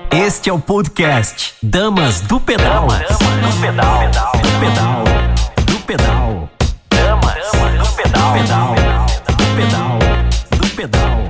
Este é o podcast Damas do Pedal. Damas do Pedal. Do pedal. Do pedal. Damas do Pedal. Pedal. Do pedal. Do pedal.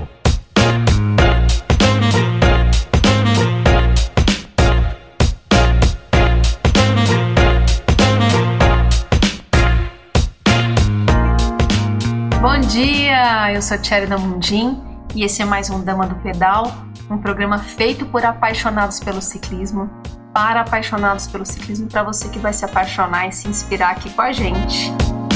Bom dia, eu sou Thierry da Mundim e esse é mais um Dama do Pedal, um programa feito por apaixonados pelo ciclismo, para apaixonados pelo ciclismo, para você que vai se apaixonar e se inspirar aqui com a gente.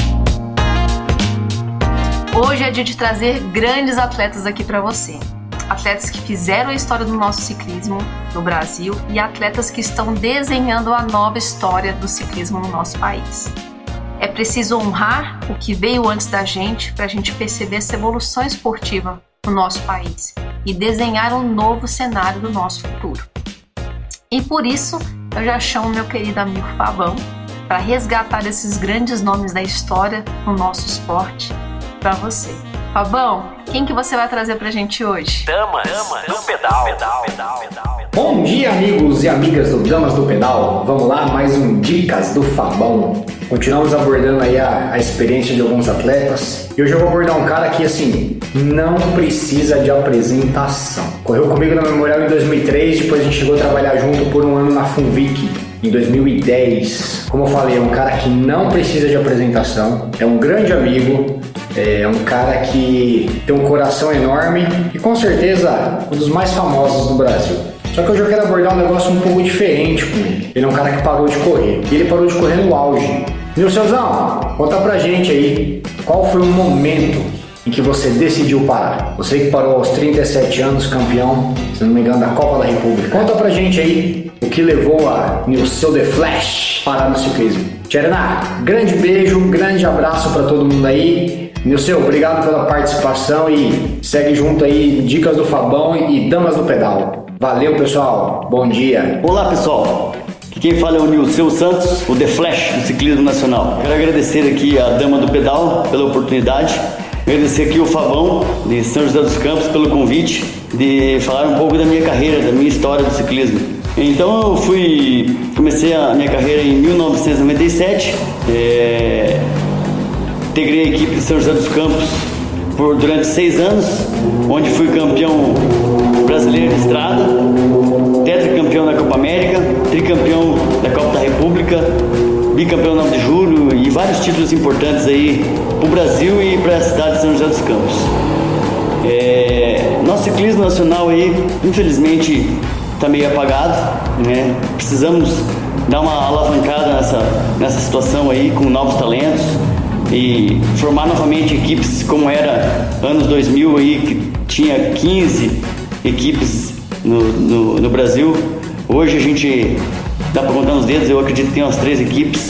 Hoje é dia de trazer grandes atletas aqui para você. Atletas que fizeram a história do nosso ciclismo no Brasil e atletas que estão desenhando a nova história do ciclismo no nosso país. É preciso honrar o que veio antes da gente para a gente perceber essa evolução esportiva no nosso país e desenhar um novo cenário do nosso futuro. E por isso eu já chamo meu querido amigo Fabão para resgatar esses grandes nomes da história no nosso esporte para você. Fabão, quem que você vai trazer pra gente hoje? Damas do Pedal. Bom dia, amigos e amigas do Damas do Pedal. Vamos lá, mais um Dicas do Fabão. Continuamos abordando aí a experiência de alguns atletas. E hoje eu vou abordar um cara que, assim, não precisa de apresentação. Correu comigo na Memorial em 2003, depois a gente chegou a trabalhar junto por um ano na Funvic em 2010. Como eu falei, é um cara que não precisa de apresentação, é um grande amigo, é um cara que tem um coração enorme e com certeza um dos mais famosos do Brasil. Só que hoje eu quero abordar um negócio um pouco diferente com ele. Ele é um cara que parou de correr. E ele parou de correr no auge. Nilceuzão, conta pra gente aí, qual foi o momento em que você decidiu parar? Você que parou aos 37 anos, campeão, se não me engano, da Copa da República. Conta pra gente aí o que levou a Nilceu The Flash parar no ciclismo. Tcherná, grande beijo, grande abraço pra todo mundo aí. Nilceu, obrigado pela participação e segue junto aí, Dicas do Fabão e Damas do Pedal. Valeu, pessoal. Bom dia. Olá, pessoal. Aqui quem fala é o Nilceu Santos, o The Flash do ciclismo nacional. Quero agradecer aqui a Dama do Pedal pela oportunidade. Agradecer aqui o Fabão de São José dos Campos pelo convite de falar um pouco da minha carreira, da minha história do ciclismo. Então eu comecei a minha carreira em 1997. Integrei a equipe de São José dos Campos durante 6 anos, onde fui campeão brasileiro de estrada, tetracampeão da Copa América, tricampeão da Copa da República, bicampeão 9 de julho e vários títulos importantes aí para o Brasil e para a cidade de São José dos Campos. Nosso ciclismo nacional aí, infelizmente, está meio apagado, né? Precisamos dar uma alavancada nessa situação aí com novos talentos e formar novamente equipes como era anos 2000 aí, que tinha 15 equipes no Brasil. Hoje a gente dá para contar nos dedos, eu acredito que tem umas 3 equipes.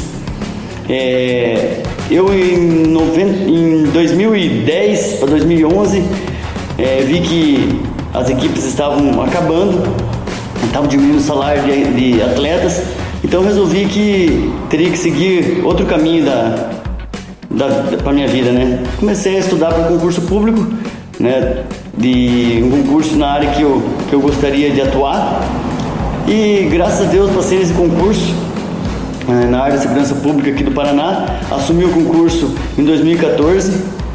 Eu em 2010 para 2011 vi que as equipes estavam acabando, estavam diminuindo o salário de atletas, então eu resolvi que teria que seguir outro caminho para minha vida, né? Comecei a estudar para concurso público, né? De um concurso na área que eu gostaria de atuar, e graças a Deus passei nesse concurso na área de segurança pública aqui do Paraná. Assumi o concurso em 2014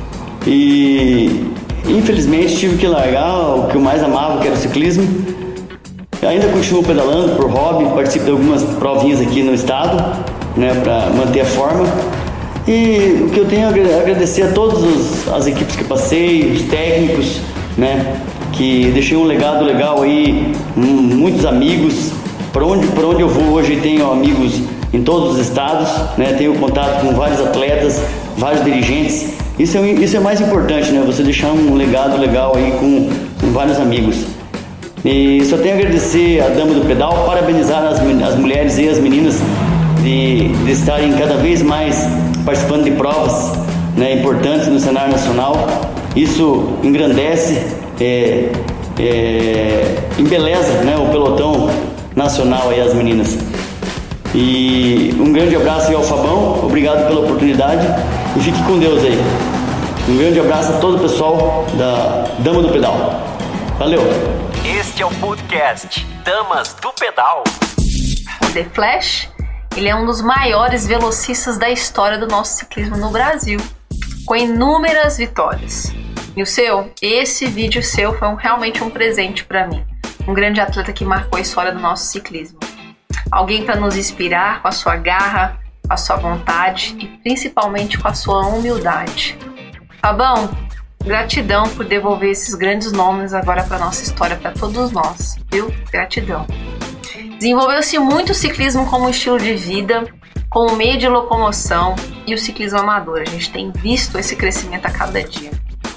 e infelizmente tive que largar o que eu mais amava, que era o ciclismo. Ainda continuo pedalando por hobby, participo de algumas provinhas aqui no estado, né, para manter a forma. E o que eu tenho a agradecer a todas as equipes que passei, os técnicos, né, que deixei um legado legal aí, muitos amigos. Por onde eu vou hoje tenho amigos em todos os estados, né, tenho contato com vários atletas, vários dirigentes. Isso é mais importante, né, você deixar um legado legal aí com vários amigos. E só tenho a agradecer a Dama do Pedal, parabenizar as mulheres e as meninas de estarem cada vez mais participando de provas, né, importantes no cenário nacional. Isso engrandece, embeleza, né, o pelotão nacional aí, as meninas. E um grande abraço aí ao Fabão, obrigado pela oportunidade e fique com Deus aí. Um grande abraço a todo o pessoal da Dama do Pedal. Valeu! Este é o podcast Damas do Pedal. O The Flash, ele é um dos maiores velocistas da história do nosso ciclismo no Brasil, com inúmeras vitórias. E o seu? Esse vídeo seu foi realmente um presente para mim. Um grande atleta que marcou a história do nosso ciclismo. Alguém para nos inspirar com a sua garra, com a sua vontade e principalmente com a sua humildade. Fabão, gratidão por devolver esses grandes nomes agora para nossa história, para todos nós, viu? Gratidão. Desenvolveu-se muito o ciclismo como estilo de vida, como meio de locomoção e o ciclismo amador. A gente tem visto esse crescimento a cada dia.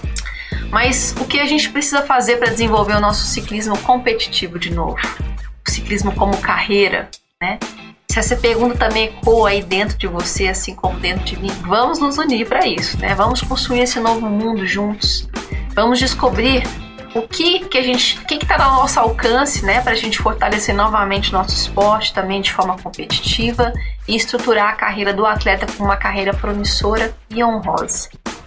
Mas o que a gente precisa fazer para desenvolver o nosso ciclismo competitivo de novo? O ciclismo como carreira, né? Se essa pergunta também ecoa aí dentro de você, assim como dentro de mim, vamos nos unir para isso, né? Vamos construir esse novo mundo juntos. Vamos descobrir o que está ao nosso alcance, né? Para a gente fortalecer novamente o nosso esporte também de forma competitiva e estruturar a carreira do atleta como uma carreira promissora e honrosa.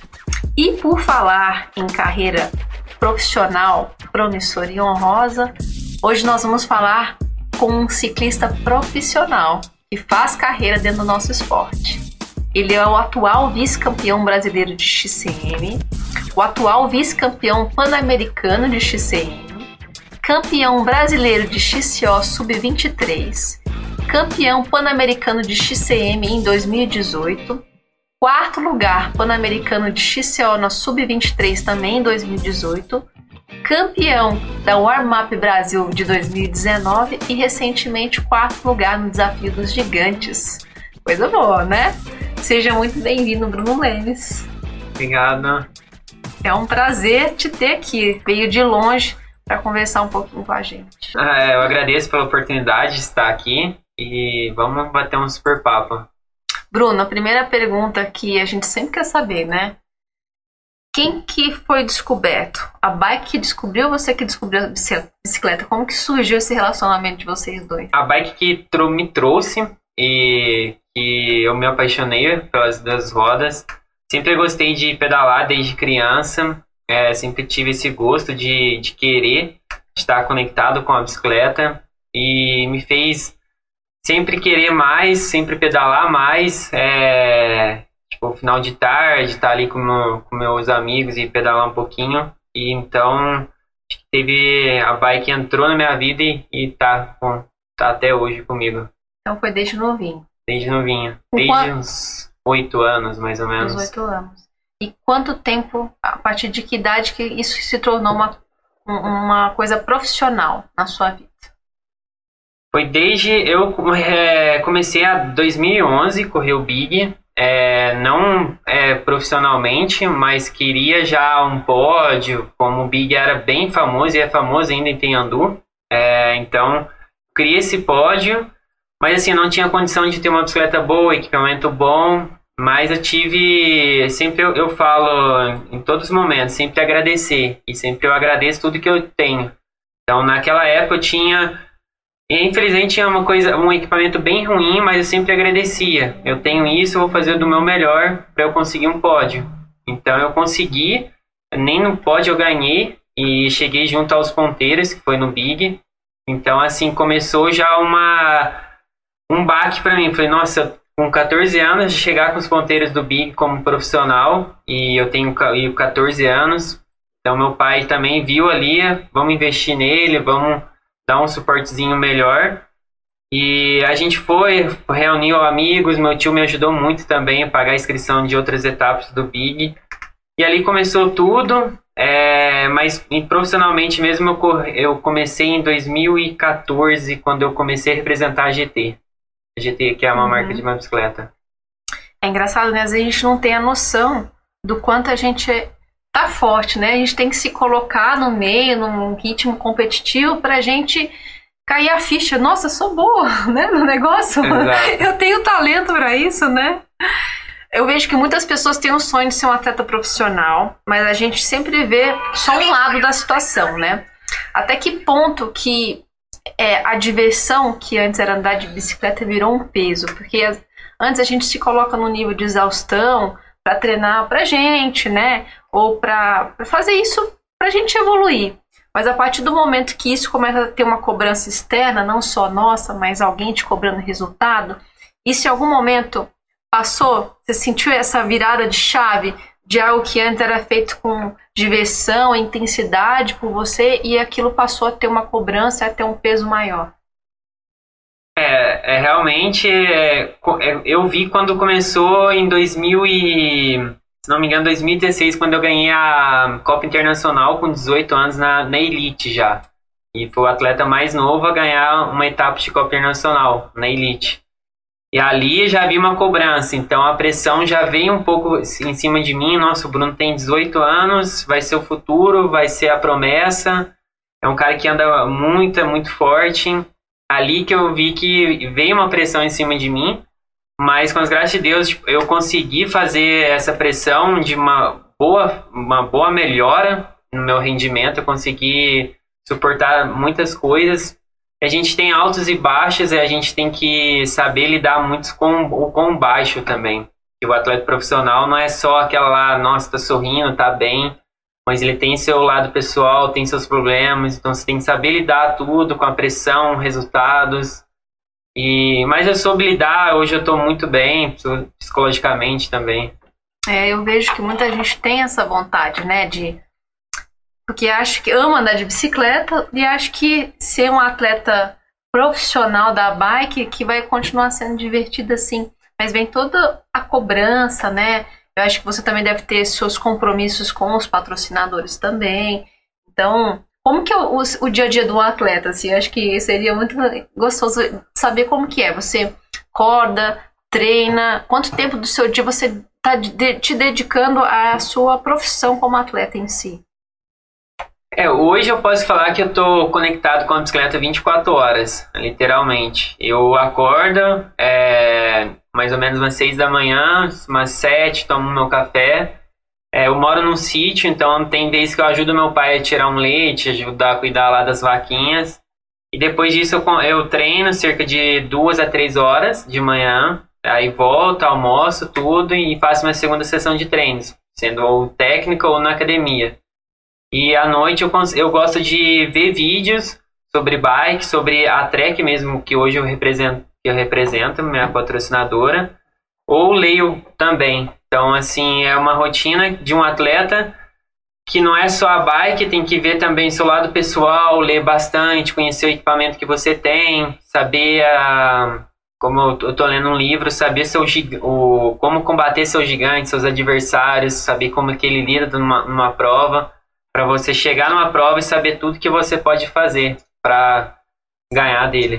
E por falar em carreira profissional, promissora e honrosa, hoje nós vamos falar com um ciclista profissional que faz carreira dentro do nosso esporte. Ele é o atual vice-campeão brasileiro de XCM, o atual vice-campeão pan-americano de XCM, campeão brasileiro de XCO Sub-23, campeão pan-americano de XCM em 2018, quarto lugar pan-americano de XCO na Sub-23 também em 2018, campeão da Warm Up Brasil de 2019 e recentemente quarto lugar no Desafio dos Gigantes. Coisa boa, né? Seja muito bem-vindo, Bruno Lemes. Obrigado. É um prazer te ter aqui. Veio de longe para conversar um pouquinho com a gente. Eu agradeço pela oportunidade de estar aqui e vamos bater um super papo. Bruno, a primeira pergunta que a gente sempre quer saber, né? Quem que foi descoberto? A bike que descobriu ou você que descobriu a bicicleta? Como que surgiu esse relacionamento de vocês dois? A bike que me trouxe e eu me apaixonei pelas duas rodas. Sempre gostei de pedalar desde criança. Sempre tive esse gosto de querer estar conectado com a bicicleta e me fez sempre querer mais, sempre pedalar mais. Tipo, final de tarde, estar ali com meus amigos e pedalar um pouquinho. E então, a bike entrou na minha vida e tá até hoje comigo. Então foi desde novinho? Desde novinho. Desde uns 8 anos, mais ou menos. Uns 8 anos. E quanto tempo, a partir de que idade que isso se tornou uma coisa profissional na sua vida? Foi desde... Eu comecei em 2011, correr o Big. Não profissionalmente, mas queria já um pódio, como o Big era bem famoso e é famoso ainda em Tenhandu. Então, criei esse pódio, mas assim, não tinha condição de ter uma bicicleta boa, equipamento bom, mas sempre eu falo em todos os momentos, sempre agradecer, e sempre eu agradeço tudo que eu tenho. Então, naquela época eu tinha... Infelizmente tinha um equipamento bem ruim, mas eu sempre agradecia. Eu tenho isso, eu vou fazer do meu melhor para eu conseguir um pódio. Então eu consegui, nem no pódio eu ganhei e cheguei junto aos ponteiros, que foi no Big. Então assim, começou já um baque para mim. Falei, nossa, com 14 anos, chegar com os ponteiros do Big como profissional, e eu tenho 14 anos. Então meu pai também viu ali, vamos investir nele, vamos dar um suportezinho melhor. E a gente reuniu amigos, meu tio me ajudou muito também a pagar a inscrição de outras etapas do Big. E ali começou tudo, mas profissionalmente mesmo eu comecei em 2014, quando eu comecei a representar a GT. A GT, que é uma marca de uma bicicleta. É engraçado, né? Às vezes a gente não tem a noção do quanto a gente tá forte, né? A gente tem que se colocar no meio, num ritmo competitivo pra gente cair a ficha. Nossa, eu sou boa, né? No negócio. Exato. Eu tenho talento pra isso, né? Eu vejo que muitas pessoas têm o sonho de ser um atleta profissional, mas a gente sempre vê só um lado da situação, né? Até que ponto que a diversão, que antes era andar de bicicleta, virou um peso? Porque antes a gente se coloca no nível de exaustão para treinar pra gente, né? Ou para fazer isso pra gente evoluir. Mas a partir do momento que isso começa a ter uma cobrança externa, não só nossa, mas alguém te cobrando resultado, isso em algum momento passou? Você sentiu essa virada de chave de algo que antes era feito com diversão, intensidade por você, e aquilo passou a ter uma cobrança, a ter um peso maior? Realmente, eu vi quando começou em 2016, quando eu ganhei a Copa Internacional com 18 anos na Elite já. E fui o atleta mais novo a ganhar uma etapa de Copa Internacional na Elite. E ali já vi uma cobrança, então a pressão já veio um pouco em cima de mim. Nossa, o Bruno tem 18 anos, vai ser o futuro, vai ser a promessa. É um cara que anda muito forte. Ali que eu vi que veio uma pressão em cima de mim, mas com as graças de Deus eu consegui fazer essa pressão de uma boa melhora no meu rendimento. Eu consegui suportar muitas coisas. A gente tem altos e baixos e a gente tem que saber lidar muito com o baixo também. E o atleta profissional não é só aquela lá, nossa, tá sorrindo, tá bem, mas ele tem seu lado pessoal, tem seus problemas, então você tem que saber lidar tudo com a pressão, resultados. Mas eu soube lidar, hoje eu tô muito bem, psicologicamente também. Eu vejo que muita gente tem essa vontade, né, porque acho que ama andar de bicicleta e acho que ser um atleta profissional da bike que vai continuar sendo divertido assim, mas vem toda a cobrança, né? Eu acho que você também deve ter seus compromissos com os patrocinadores também. Então, como que é o dia a dia do atleta? Assim, eu acho que seria muito gostoso saber como que é. Você acorda, treina, quanto tempo do seu dia você está te dedicando à sua profissão como atleta em si? Hoje eu posso falar que eu estou conectado com a bicicleta 24 horas, literalmente. Eu acordo mais ou menos umas 6 da manhã, umas 7, tomo meu café. Eu moro num sítio, então tem vezes que eu ajudo meu pai a tirar um leite, ajudar a cuidar lá das vaquinhas. E depois disso eu treino cerca de 2 a 3 horas de manhã. Aí volto, almoço, tudo e faço minha segunda sessão de treinos, sendo ou técnica ou na academia. E à noite eu gosto de ver vídeos sobre bike, sobre a Trek mesmo, que hoje eu represento, minha patrocinadora, ou leio também. Então, assim, é uma rotina de um atleta que não é só a bike, tem que ver também seu lado pessoal, ler bastante, conhecer o equipamento que você tem, saber, como eu tô lendo um livro, saber como combater seus gigantes, seus adversários, saber como que ele lida numa prova, para você chegar numa prova e saber tudo que você pode fazer para ganhar dele.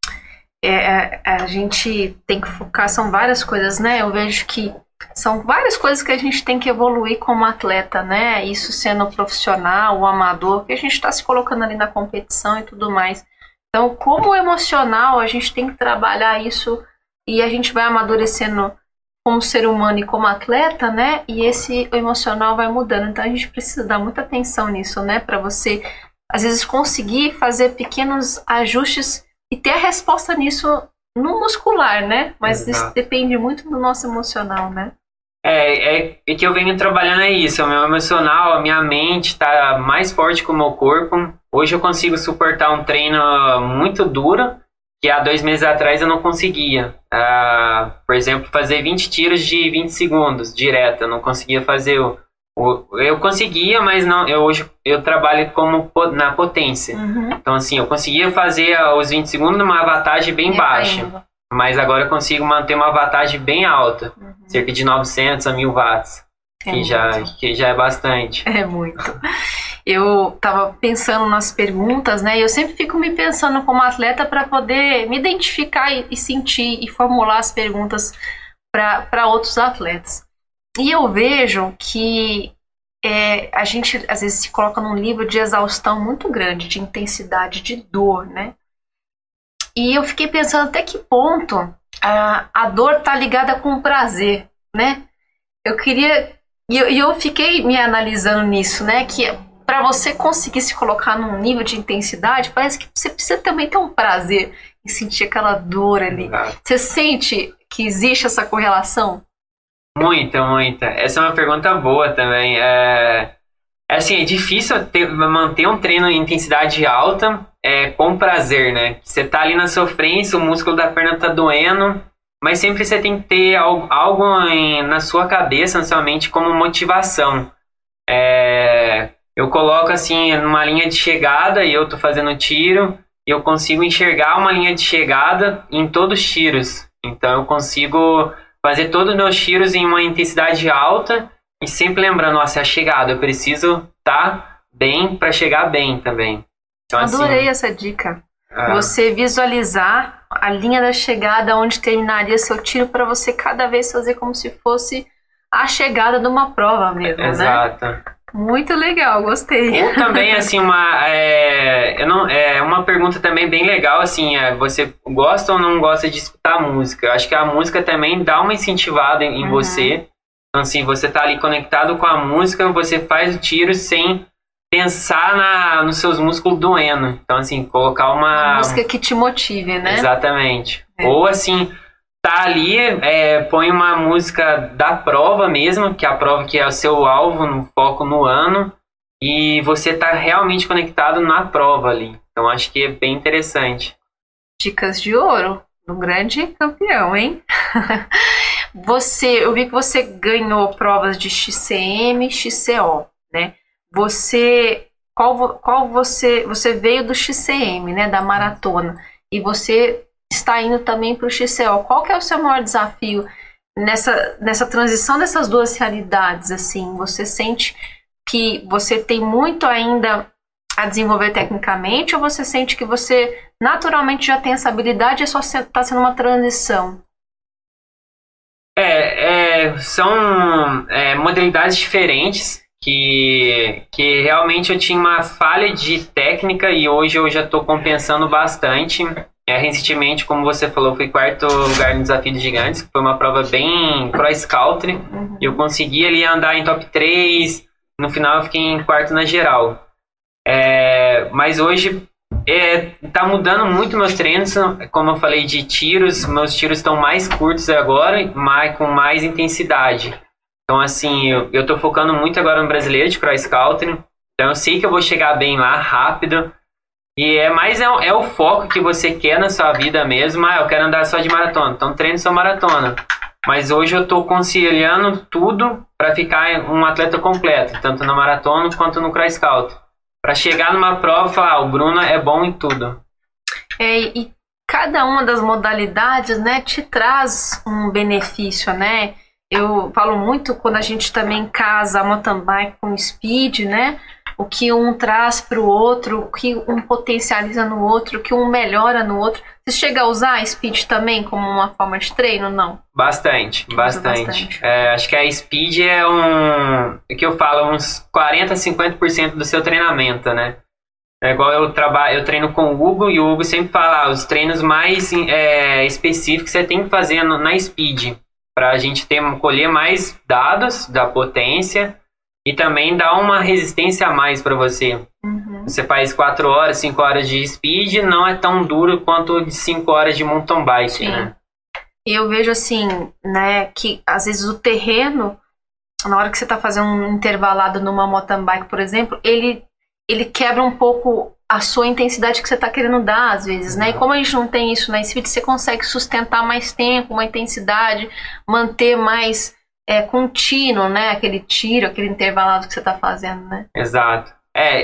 A gente tem que focar, são várias coisas, né? Eu vejo que são várias coisas que a gente tem que evoluir como atleta, né? Isso sendo profissional, o amador, que a gente está se colocando ali na competição e tudo mais. Então, como emocional, a gente tem que trabalhar isso e a gente vai amadurecendo como ser humano e como atleta, né? E o emocional vai mudando. Então, a gente precisa dar muita atenção nisso, né? Para você, às vezes, conseguir fazer pequenos ajustes e ter a resposta nisso no muscular, né? Mas isso depende muito do nosso emocional, né? Que eu venho trabalhando isso. O meu emocional, a minha mente está mais forte que o meu corpo. Hoje eu consigo suportar um treino muito duro, que há 2 meses atrás eu não conseguia. Por exemplo, fazer 20 tiros de 20 segundos direto. Eu não conseguia fazer. Eu conseguia, mas não. Hoje eu trabalho na potência. Uhum. Então, assim, eu conseguia fazer os 20 segundos numa wattagem bem baixa. Mas agora eu consigo manter uma wattagem bem alta. Uhum. Cerca de 900 a 1000 watts. Que já é bastante. É muito. Eu tava pensando nas perguntas, né? E eu sempre fico me pensando como atleta para poder me identificar e sentir e formular as perguntas para outros atletas. E eu vejo que a gente às vezes se coloca num nível de exaustão muito grande, de intensidade, de dor, né? E eu fiquei pensando até que ponto a dor tá ligada com o prazer, né? Eu fiquei me analisando nisso, né? Que para você conseguir se colocar num nível de intensidade, parece que você precisa também ter um prazer em sentir aquela dor ali. Você sente que existe essa correlação? Muita. Essa é uma pergunta boa também. Assim, é difícil manter um treino em intensidade alta com prazer, né? Você tá ali na sofrência, o músculo da perna tá doendo, mas sempre você tem que ter algo na sua cabeça, na sua mente, como motivação. Eu coloco assim, numa linha de chegada, e eu tô fazendo tiro, e eu consigo enxergar uma linha de chegada em todos os tiros. Então eu consigo fazer todos os meus tiros em uma intensidade alta, e sempre lembrando, nossa, é a chegada, eu preciso estar bem para chegar bem também. Então, Adorei assim, essa dica. Você visualizar a linha da chegada, onde terminaria seu tiro, para você cada vez fazer como se fosse a chegada de uma prova mesmo, né? Exato. Muito legal, gostei. Ou também, assim, uma pergunta também bem legal, assim, você gosta ou não gosta de escutar música? Eu acho que a música também dá uma incentivada em você. Então, assim, você tá ali conectado com a música, você faz o tiro sem pensar nos seus músculos doendo. Então, assim, colocar uma música que te motive, né? Exatamente. Ou, assim, tá ali, põe uma música da prova mesmo, que é a prova que é o seu alvo, no foco no ano, e você tá realmente conectado na prova ali. Então, acho que é bem interessante. Dicas de ouro, um grande campeão, hein? Eu vi que você ganhou provas de XCM, XCO, né? Você veio do XCM, né? Da maratona, e você está indo também para o XCO. Qual que é o seu maior desafio nessa transição dessas duas realidades? Assim, você sente que você tem muito ainda a desenvolver tecnicamente, ou você sente que você naturalmente já tem essa habilidade e só está sendo uma transição? São modalidades diferentes que realmente eu tinha uma falha de técnica e hoje eu já estou compensando bastante. Recentemente, como você falou, fui 4º lugar no Desafio dos Gigantes, que foi uma prova bem cross-country. Eu consegui ali andar em top 3, no final eu fiquei em 4º na geral. Mas hoje tá mudando muito meus treinos, como eu falei de tiros, meus tiros estão mais curtos agora, mas com mais intensidade. Então, assim, eu tô focando muito agora no brasileiro de cross-country, então eu sei que eu vou chegar bem lá, rápido, e é o foco que você quer na sua vida mesmo. Eu quero andar só de maratona, então treino só maratona. Mas hoje eu tô conciliando tudo para ficar um atleta completo, tanto na maratona quanto no cross-country. Para chegar numa prova e falar, o Bruno é bom em tudo. E cada uma das modalidades, né, te traz um benefício, né? Eu falo muito quando a gente também casa a mountain bike com speed, né? O que um traz para o outro, o que um potencializa no outro, o que um melhora no outro. Você chega a usar a speed também como uma forma de treino, não? Bastante. Acho que a speed é o que eu falo, uns 40% a 50% do seu treinamento, né? É igual eu treino com o Hugo, e o Hugo sempre fala os treinos mais específicos que você tem que fazer na speed, para a gente colher mais dados da potência e também dar uma resistência a mais para você. Você faz 4 horas, 5 horas de speed, não é tão duro quanto de 5 horas de mountain bike. Sim. Né? E eu vejo assim, né, que às vezes o terreno, na hora que você está fazendo um intervalado numa mountain bike, por exemplo, ele quebra um pouco a sua intensidade que você está querendo dar, às vezes, né? E como a gente não tem isso na speed, você consegue sustentar mais tempo, uma intensidade, manter mais contínuo, né? Aquele tiro, aquele intervalado que você está fazendo, né? Exato.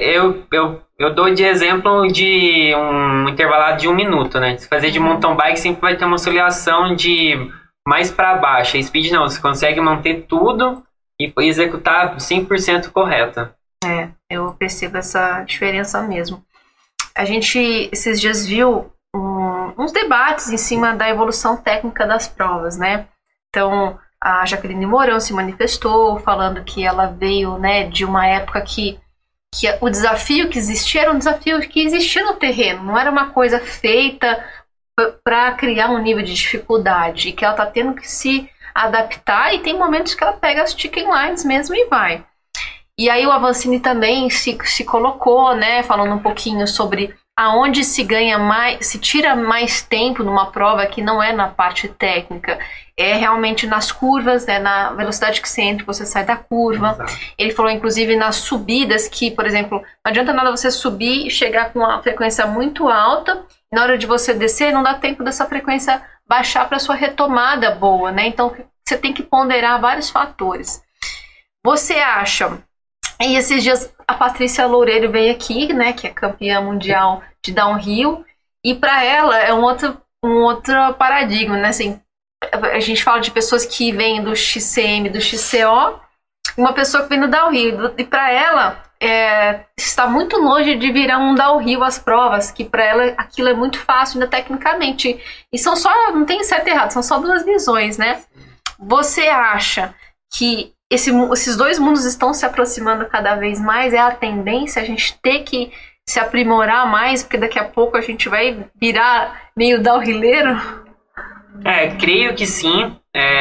Eu dou de exemplo de um intervalado de 1 minuto, né? Se fazer de mountain bike sempre vai ter uma oscilação de mais para baixo. A speed não, você consegue manter tudo e executar 100% correta. Eu percebo essa diferença mesmo. A gente, esses dias, viu uns debates em cima da evolução técnica das provas, né? Então, a Jaqueline Mourão se manifestou, falando que ela veio, né, de uma época que o desafio que existia era um desafio que existia no terreno, não era uma coisa feita para criar um nível de dificuldade, e que ela está tendo que se adaptar, e tem momentos que ela pega as chicken lines mesmo e vai. E aí o Avancini também se colocou, né, falando um pouquinho sobre aonde se ganha mais, se tira mais tempo numa prova que não é na parte técnica, é realmente nas curvas, na velocidade que você entra, você sai da curva. Exato. Ele falou, inclusive, nas subidas, que, por exemplo, não adianta nada você subir e chegar com uma frequência muito alta, na hora de você descer, não dá tempo dessa frequência baixar para sua retomada boa, né? Então, você tem que ponderar vários fatores. Você acha... E esses dias a Patrícia Loureiro veio aqui, né, que é campeã mundial de downhill, e para ela é um outro paradigma, né, assim, a gente fala de pessoas que vêm do XCM, do XCO, uma pessoa que vem do downhill, e para ela está muito longe de virar um downhill as provas, que para ela aquilo é muito fácil, ainda tecnicamente, e são só, não tem certo e errado, são só duas visões, né? Você acha que esses dois mundos estão se aproximando cada vez mais? É a tendência a gente ter que se aprimorar mais, porque daqui a pouco a gente vai virar meio downhilleiro? Creio que sim.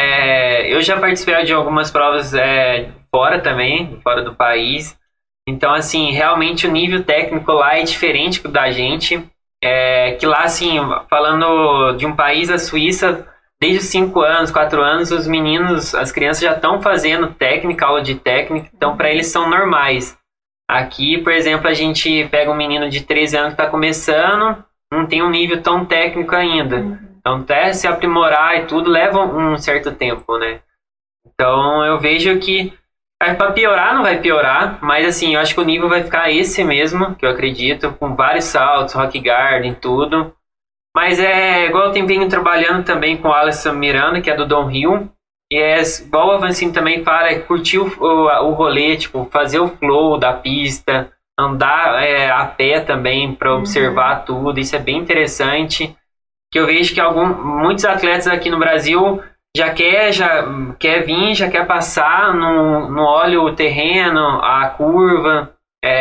Eu já participei de algumas provas fora também, fora do país. Então, assim, realmente o nível técnico lá é diferente do da gente. Que lá, assim, falando de um país, a Suíça... Desde os 5 anos, 4 anos, os meninos, as crianças já estão fazendo técnica, aula de técnica, então para eles são normais. Aqui, por exemplo, a gente pega um menino de 13 anos que está começando, não tem um nível tão técnico ainda. Então até se aprimorar e tudo leva um certo tempo, né? Então eu vejo que para piorar não vai piorar, mas assim, eu acho que o nível vai ficar esse mesmo, que eu acredito, com vários saltos, rock garden, tudo. Mas igual eu venho trabalhando também com o Alisson Miranda, que é do downhill, e igual o Avancini também fala, curtir o rolê, tipo, fazer o flow da pista, andar a pé também para observar tudo, isso é bem interessante, que eu vejo que muitos atletas aqui no Brasil já quer vir, já quer passar, não olha o terreno, a curva,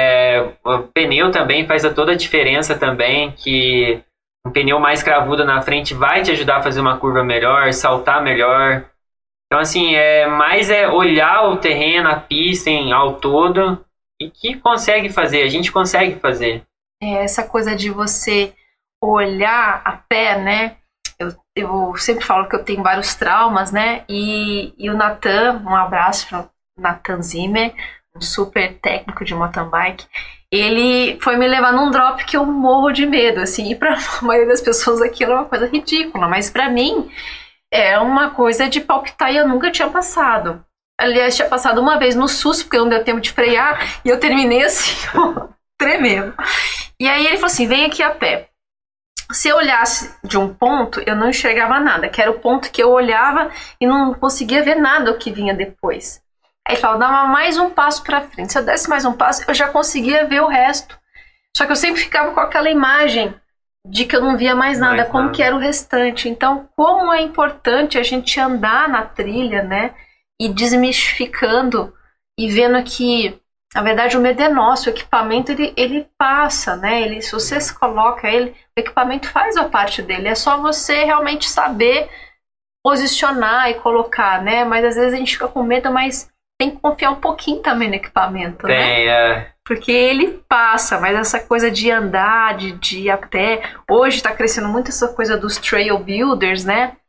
o pneu também faz toda a diferença também, que... Um pneu mais cravudo na frente vai te ajudar a fazer uma curva melhor, saltar melhor. Então, assim, mais olhar o terreno, a pista ao todo, e que consegue fazer, a gente consegue fazer. Essa coisa de você olhar a pé, né? Eu sempre falo que eu tenho vários traumas, né? E o Nathan, um abraço para o Nathan Zimmer, um super técnico de mountain bike. Ele foi me levar num drop que eu morro de medo, assim, e para a maioria das pessoas aquilo é uma coisa ridícula, mas para mim é uma coisa de palpitar e eu nunca tinha passado. Aliás, tinha passado uma vez no susto, porque não deu tempo de frear, e eu terminei assim, tremendo. E aí ele falou assim, vem aqui a pé. Se eu olhasse de um ponto, eu não enxergava nada, que era o ponto que eu olhava e não conseguia ver nada o que vinha depois. Aí ele falou, dava mais um passo para frente. Se eu desse mais um passo, eu já conseguia ver o resto. Só que eu sempre ficava com aquela imagem de que eu não via mais nada, como que era o restante. Então, como é importante a gente andar na trilha, né? E desmistificando e vendo que, na verdade, o medo é nosso. O equipamento, ele passa, né? Se você se coloca ele, o equipamento faz a parte dele. É só você realmente saber posicionar e colocar, né? Mas às vezes a gente fica com medo, mas... Tem que confiar um pouquinho também no equipamento, né? Porque ele passa, mas essa coisa de andar, de ir a pé... Hoje está crescendo muito essa coisa dos trail builders, né?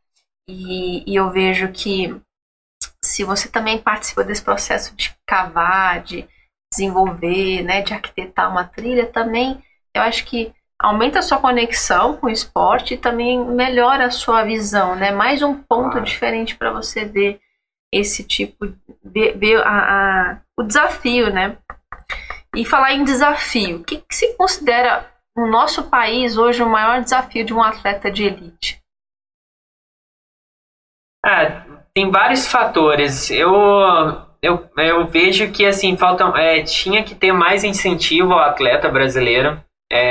E eu vejo que se você também participa desse processo de cavar, de desenvolver, né? De arquitetar uma trilha, também eu acho que aumenta a sua conexão com o esporte e também melhora a sua visão, né? Mais um ponto diferente para você ver esse tipo, ver o desafio, né? E falar em desafio, o que se considera no nosso país hoje o maior desafio de um atleta de elite? Tem vários fatores. Eu vejo que assim tinha que ter mais incentivo ao atleta brasileiro.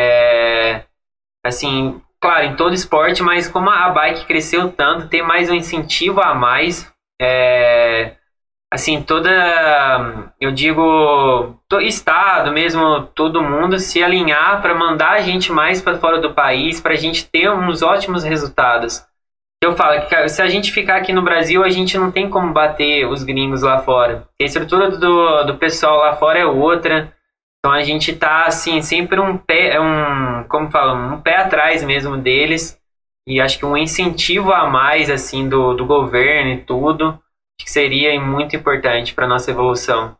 Assim, claro, em todo esporte, mas como a bike cresceu tanto, ter mais um incentivo a mais. Assim, eu digo, todo estado mesmo, todo mundo se alinhar para mandar a gente mais para fora do país, para a gente ter uns ótimos resultados. Eu falo que se a gente ficar aqui no Brasil, a gente não tem como bater os gringos lá fora. A estrutura do pessoal lá fora é outra. Então, Então a gente tá, assim, sempre um pé atrás mesmo deles. E acho que um incentivo a mais, assim, do governo e tudo, que seria muito importante para nossa evolução.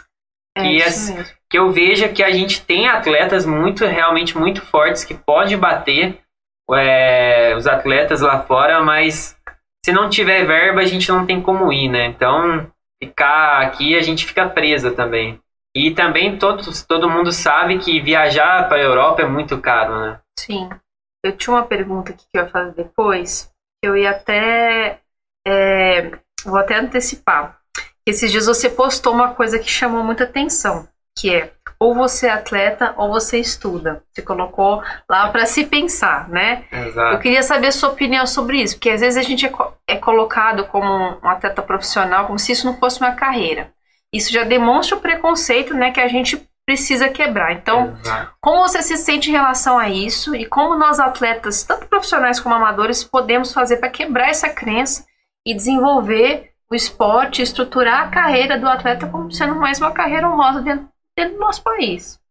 Que eu vejo que a gente tem atletas realmente muito fortes que pode bater os atletas lá fora, mas se não tiver verba a gente não tem como ir, né? Então ficar aqui a gente fica presa também. E também todo mundo sabe que viajar para a Europa é muito caro, né? Sim. Eu tinha uma pergunta aqui que eu ia fazer depois, que eu ia até... vou até antecipar. Esses dias você postou uma coisa que chamou muita atenção, que é ou você é atleta ou você estuda. Você colocou lá para se pensar, né? Exato. Eu queria saber a sua opinião sobre isso, porque às vezes a gente é colocado como um atleta profissional, como se isso não fosse uma carreira. Isso já demonstra o preconceito, né, que a gente precisa quebrar. Então, como você se sente em relação a isso e como nós atletas, tanto profissionais como amadores, podemos fazer para quebrar essa crença e desenvolver o esporte, estruturar a carreira do atleta como sendo mais uma carreira honrosa dentro do nosso país?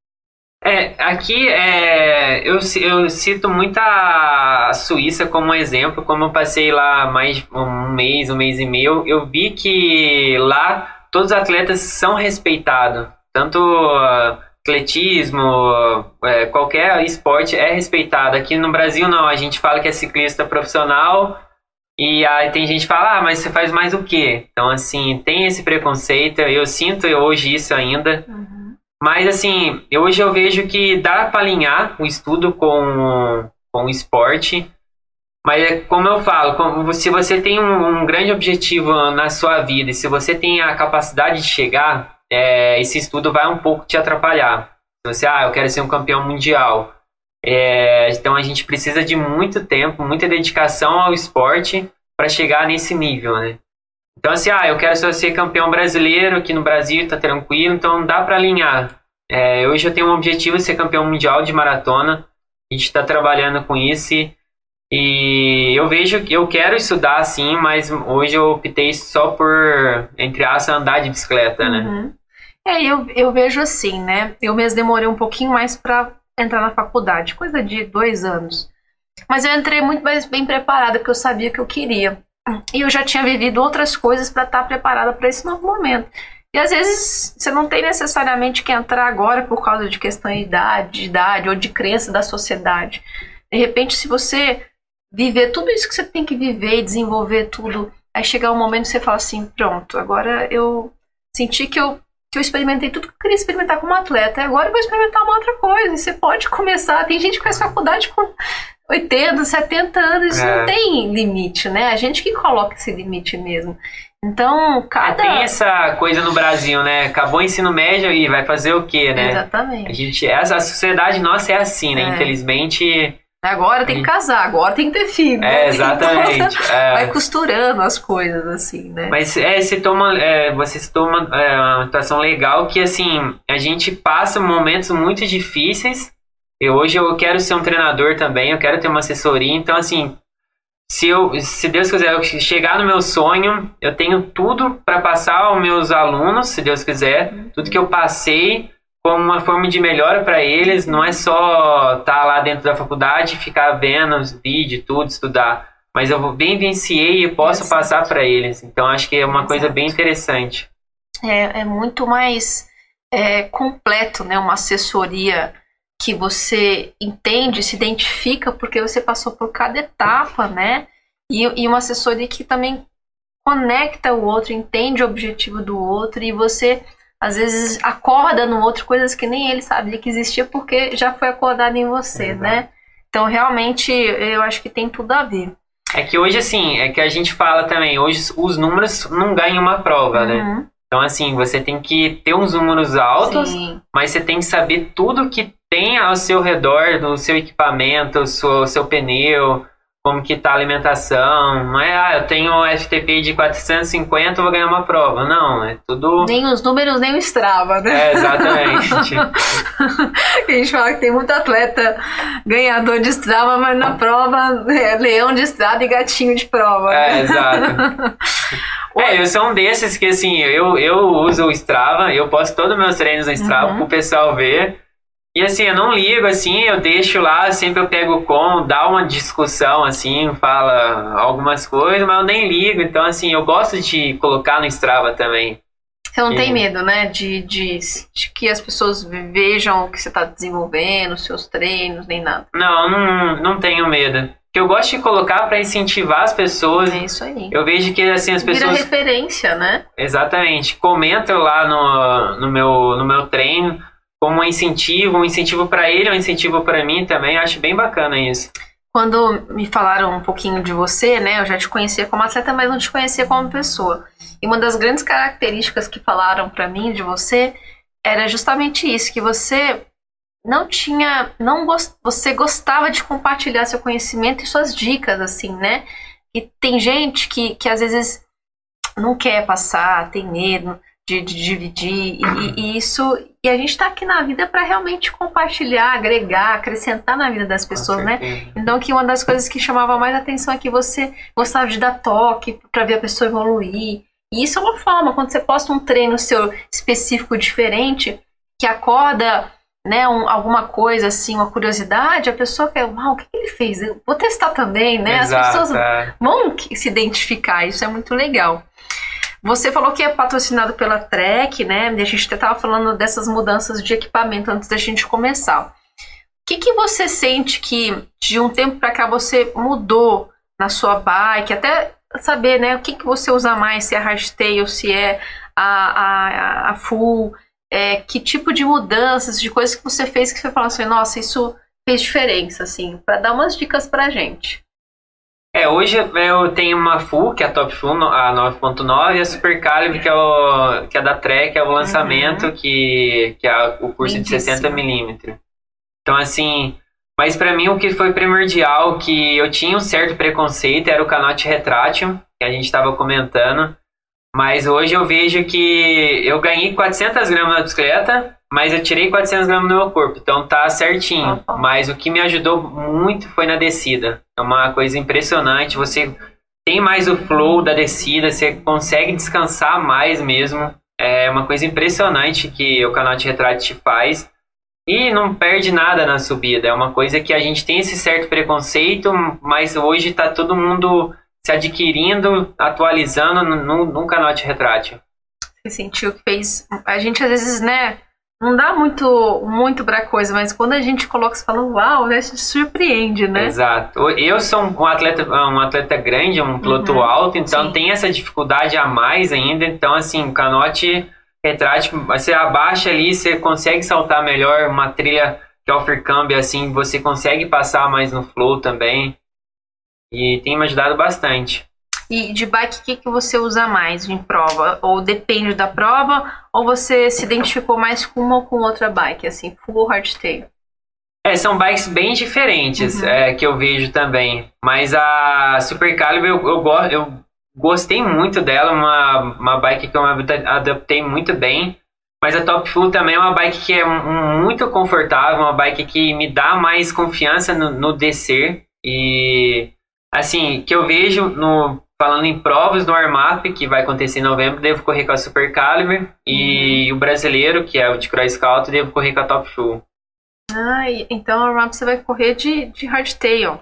Aqui eu cito muito a Suíça como exemplo. Como eu passei lá mais um mês e meio, eu vi que lá todos os atletas são respeitados. Tanto atletismo, qualquer esporte é respeitado. Aqui no Brasil não, a gente fala que é ciclista profissional e aí tem gente que fala, mas você faz mais o quê? Então assim, tem esse preconceito, eu sinto hoje isso ainda. Mas assim, hoje eu vejo que dá para alinhar o estudo com o esporte. Mas como eu falo, se você tem um grande objetivo na sua vida e se você tem a capacidade de chegar, esse estudo vai um pouco te atrapalhar. Se você, eu quero ser um campeão mundial. Então a gente precisa de muito tempo, muita dedicação ao esporte para chegar nesse nível, né? Então assim, eu quero só ser campeão brasileiro aqui no Brasil, tá tranquilo, então dá para alinhar. Hoje eu tenho um objetivo de ser campeão mundial de maratona, a gente está trabalhando com isso e eu vejo que eu quero estudar sim, mas hoje eu optei só por, entre aspas, andar de bicicleta, né? Eu vejo assim, né? Eu mesmo demorei um pouquinho mais para entrar na faculdade, coisa de 2 anos. Mas eu entrei muito mais bem preparada, porque eu sabia que eu queria. E eu já tinha vivido outras coisas para estar preparada para esse novo momento. E às vezes você não tem necessariamente que entrar agora por causa de questão de idade ou de crença da sociedade. De repente, se você viver tudo isso que você tem que viver e desenvolver tudo, aí chegar um momento que você fala assim, pronto, agora eu senti que eu experimentei tudo que eu queria experimentar como atleta, e agora eu vou experimentar uma outra coisa. E você pode começar, tem gente que faz faculdade com 80, 70 anos, isso não tem limite, né? A gente que coloca esse limite mesmo. Então, tem essa coisa no Brasil, né? Acabou o ensino médio e vai fazer o quê, né? Exatamente. A sociedade nossa é assim, né? Infelizmente... Agora tem que casar, agora tem que ter filho. Exatamente. Então, vai costurando as coisas, assim, né? Mas você toma uma situação legal que, assim, a gente passa momentos muito difíceis. Hoje eu quero ser um treinador também, eu quero ter uma assessoria. Então, assim, se Deus quiser eu chegar no meu sonho, eu tenho tudo para passar aos meus alunos, se Deus quiser. Tudo que eu passei como uma forma de melhora para eles, não é só estar lá dentro da faculdade, ficar vendo os vídeos, tudo, estudar, mas eu vivenciei e posso passar para eles. Então acho que é uma coisa bem interessante. É muito mais completo, né? Uma assessoria que você entende, se identifica, porque você passou por cada etapa, né? E uma assessoria que também conecta o outro, entende o objetivo do outro, e você às vezes acorda no outro coisas que nem ele sabia que existia porque já foi acordado em você, né? Então realmente eu acho que tem tudo a ver. É que hoje assim, é que a gente fala também, hoje os números não ganham uma prova, né? Então assim, você tem que ter uns números altos, mas você tem que saber tudo que tem ao seu redor, do seu equipamento, o seu pneu, como que tá a alimentação. Não é, eu tenho um FTP de 450, vou ganhar uma prova. Não, é tudo... Nem os números, nem o Strava, né? Exatamente. A gente fala que tem muito atleta ganhador de Strava, mas na prova é leão de estrada e gatinho de prova. Exato. Eu sou um desses que, assim, eu uso o Strava, eu posto todos os meus treinos no Strava pro pessoal ver. E, assim, eu não ligo, assim, eu deixo lá, sempre eu pego dá uma discussão, assim, fala algumas coisas, mas eu nem ligo. Então, assim, eu gosto de colocar no Strava também. Você não tem medo, né, de que as pessoas vejam o que você está desenvolvendo, os seus treinos, nem nada? Não tenho medo. Que eu gosto de colocar para incentivar as pessoas. É isso aí. Eu vejo que, assim, as pessoas... Vira referência, né? Exatamente. Comentam lá no meu treino como um incentivo para ele, um incentivo para mim também. Eu acho bem bacana isso. Quando me falaram um pouquinho de você, né, eu já te conhecia como atleta, mas não te conhecia como pessoa. E uma das grandes características que falaram para mim de você era justamente isso, que você você gostava de compartilhar seu conhecimento e suas dicas, assim, né? E tem gente que às vezes não quer passar, tem medo de dividir, e a gente tá aqui na vida para realmente compartilhar, agregar, acrescentar na vida das pessoas, né? Então, que uma das coisas que chamava mais atenção é que você gostava de dar toque para ver a pessoa evoluir. E isso é uma forma, quando você posta um treino seu específico diferente, que acorda, né, alguma coisa assim, uma curiosidade, a pessoa quer, uau, o que ele fez? Eu vou testar também, né? Exato, as pessoas vão se identificar, isso é muito legal. Você falou que é patrocinado pela Trek, né? A gente estava falando dessas mudanças de equipamento antes da gente começar. O que você sente que de um tempo para cá você mudou na sua bike? Até saber, né, o que você usa mais, se é hardtail, se é a full, que tipo de mudanças, de coisas que você fez que você falou assim, nossa, isso fez diferença, assim, para dar umas dicas pra gente. Hoje eu tenho uma full, que é a Top Full, a 9.9, e a Super Calibre, que é da Trek, é o lançamento, que é o curso de 60mm. Então, assim, mas pra mim o que foi primordial, que eu tinha um certo preconceito, era o canote retrátil, que a gente estava comentando. Mas hoje eu vejo que eu ganhei 400 gramas na bicicleta, mas eu tirei 400 gramas do meu corpo, então tá certinho. Mas o que me ajudou muito foi na descida. É uma coisa impressionante, você tem mais o flow da descida, você consegue descansar mais mesmo. É uma coisa impressionante que o canote retrátil te faz. E não perde nada na subida, é uma coisa que a gente tem esse certo preconceito, mas hoje tá todo mundo se adquirindo, atualizando num canote retrátil. Você sentiu que fez... A gente às vezes, né, não dá muito pra coisa, mas quando a gente coloca, você fala, uau, né, se surpreende, né? Exato. Eu sou um atleta grande, um piloto alto, então tem essa dificuldade a mais ainda, então assim, o canote retrátil, você abaixa ali, você consegue saltar melhor, uma trilha que offer câmbio, assim, você consegue passar mais no flow também. E tem me ajudado bastante. E de bike, o que você usa mais em prova? Ou depende da prova? Ou você se identificou mais com uma ou com outra bike? Assim, full ou hardtail? São bikes bem diferentes, que eu vejo também. Mas a Super Calibre, eu gostei muito dela. Uma bike que eu me adaptei muito bem. Mas a Top Full também é uma bike que é muito confortável. Uma bike que me dá mais confiança no descer. E... assim, que eu vejo, falando em provas no warm-up, que vai acontecer em novembro, devo correr com a Super Calibre, e o brasileiro, que é o de Cross Scout, devo correr com a Top Full. Então o warm-up você vai correr de hardtail.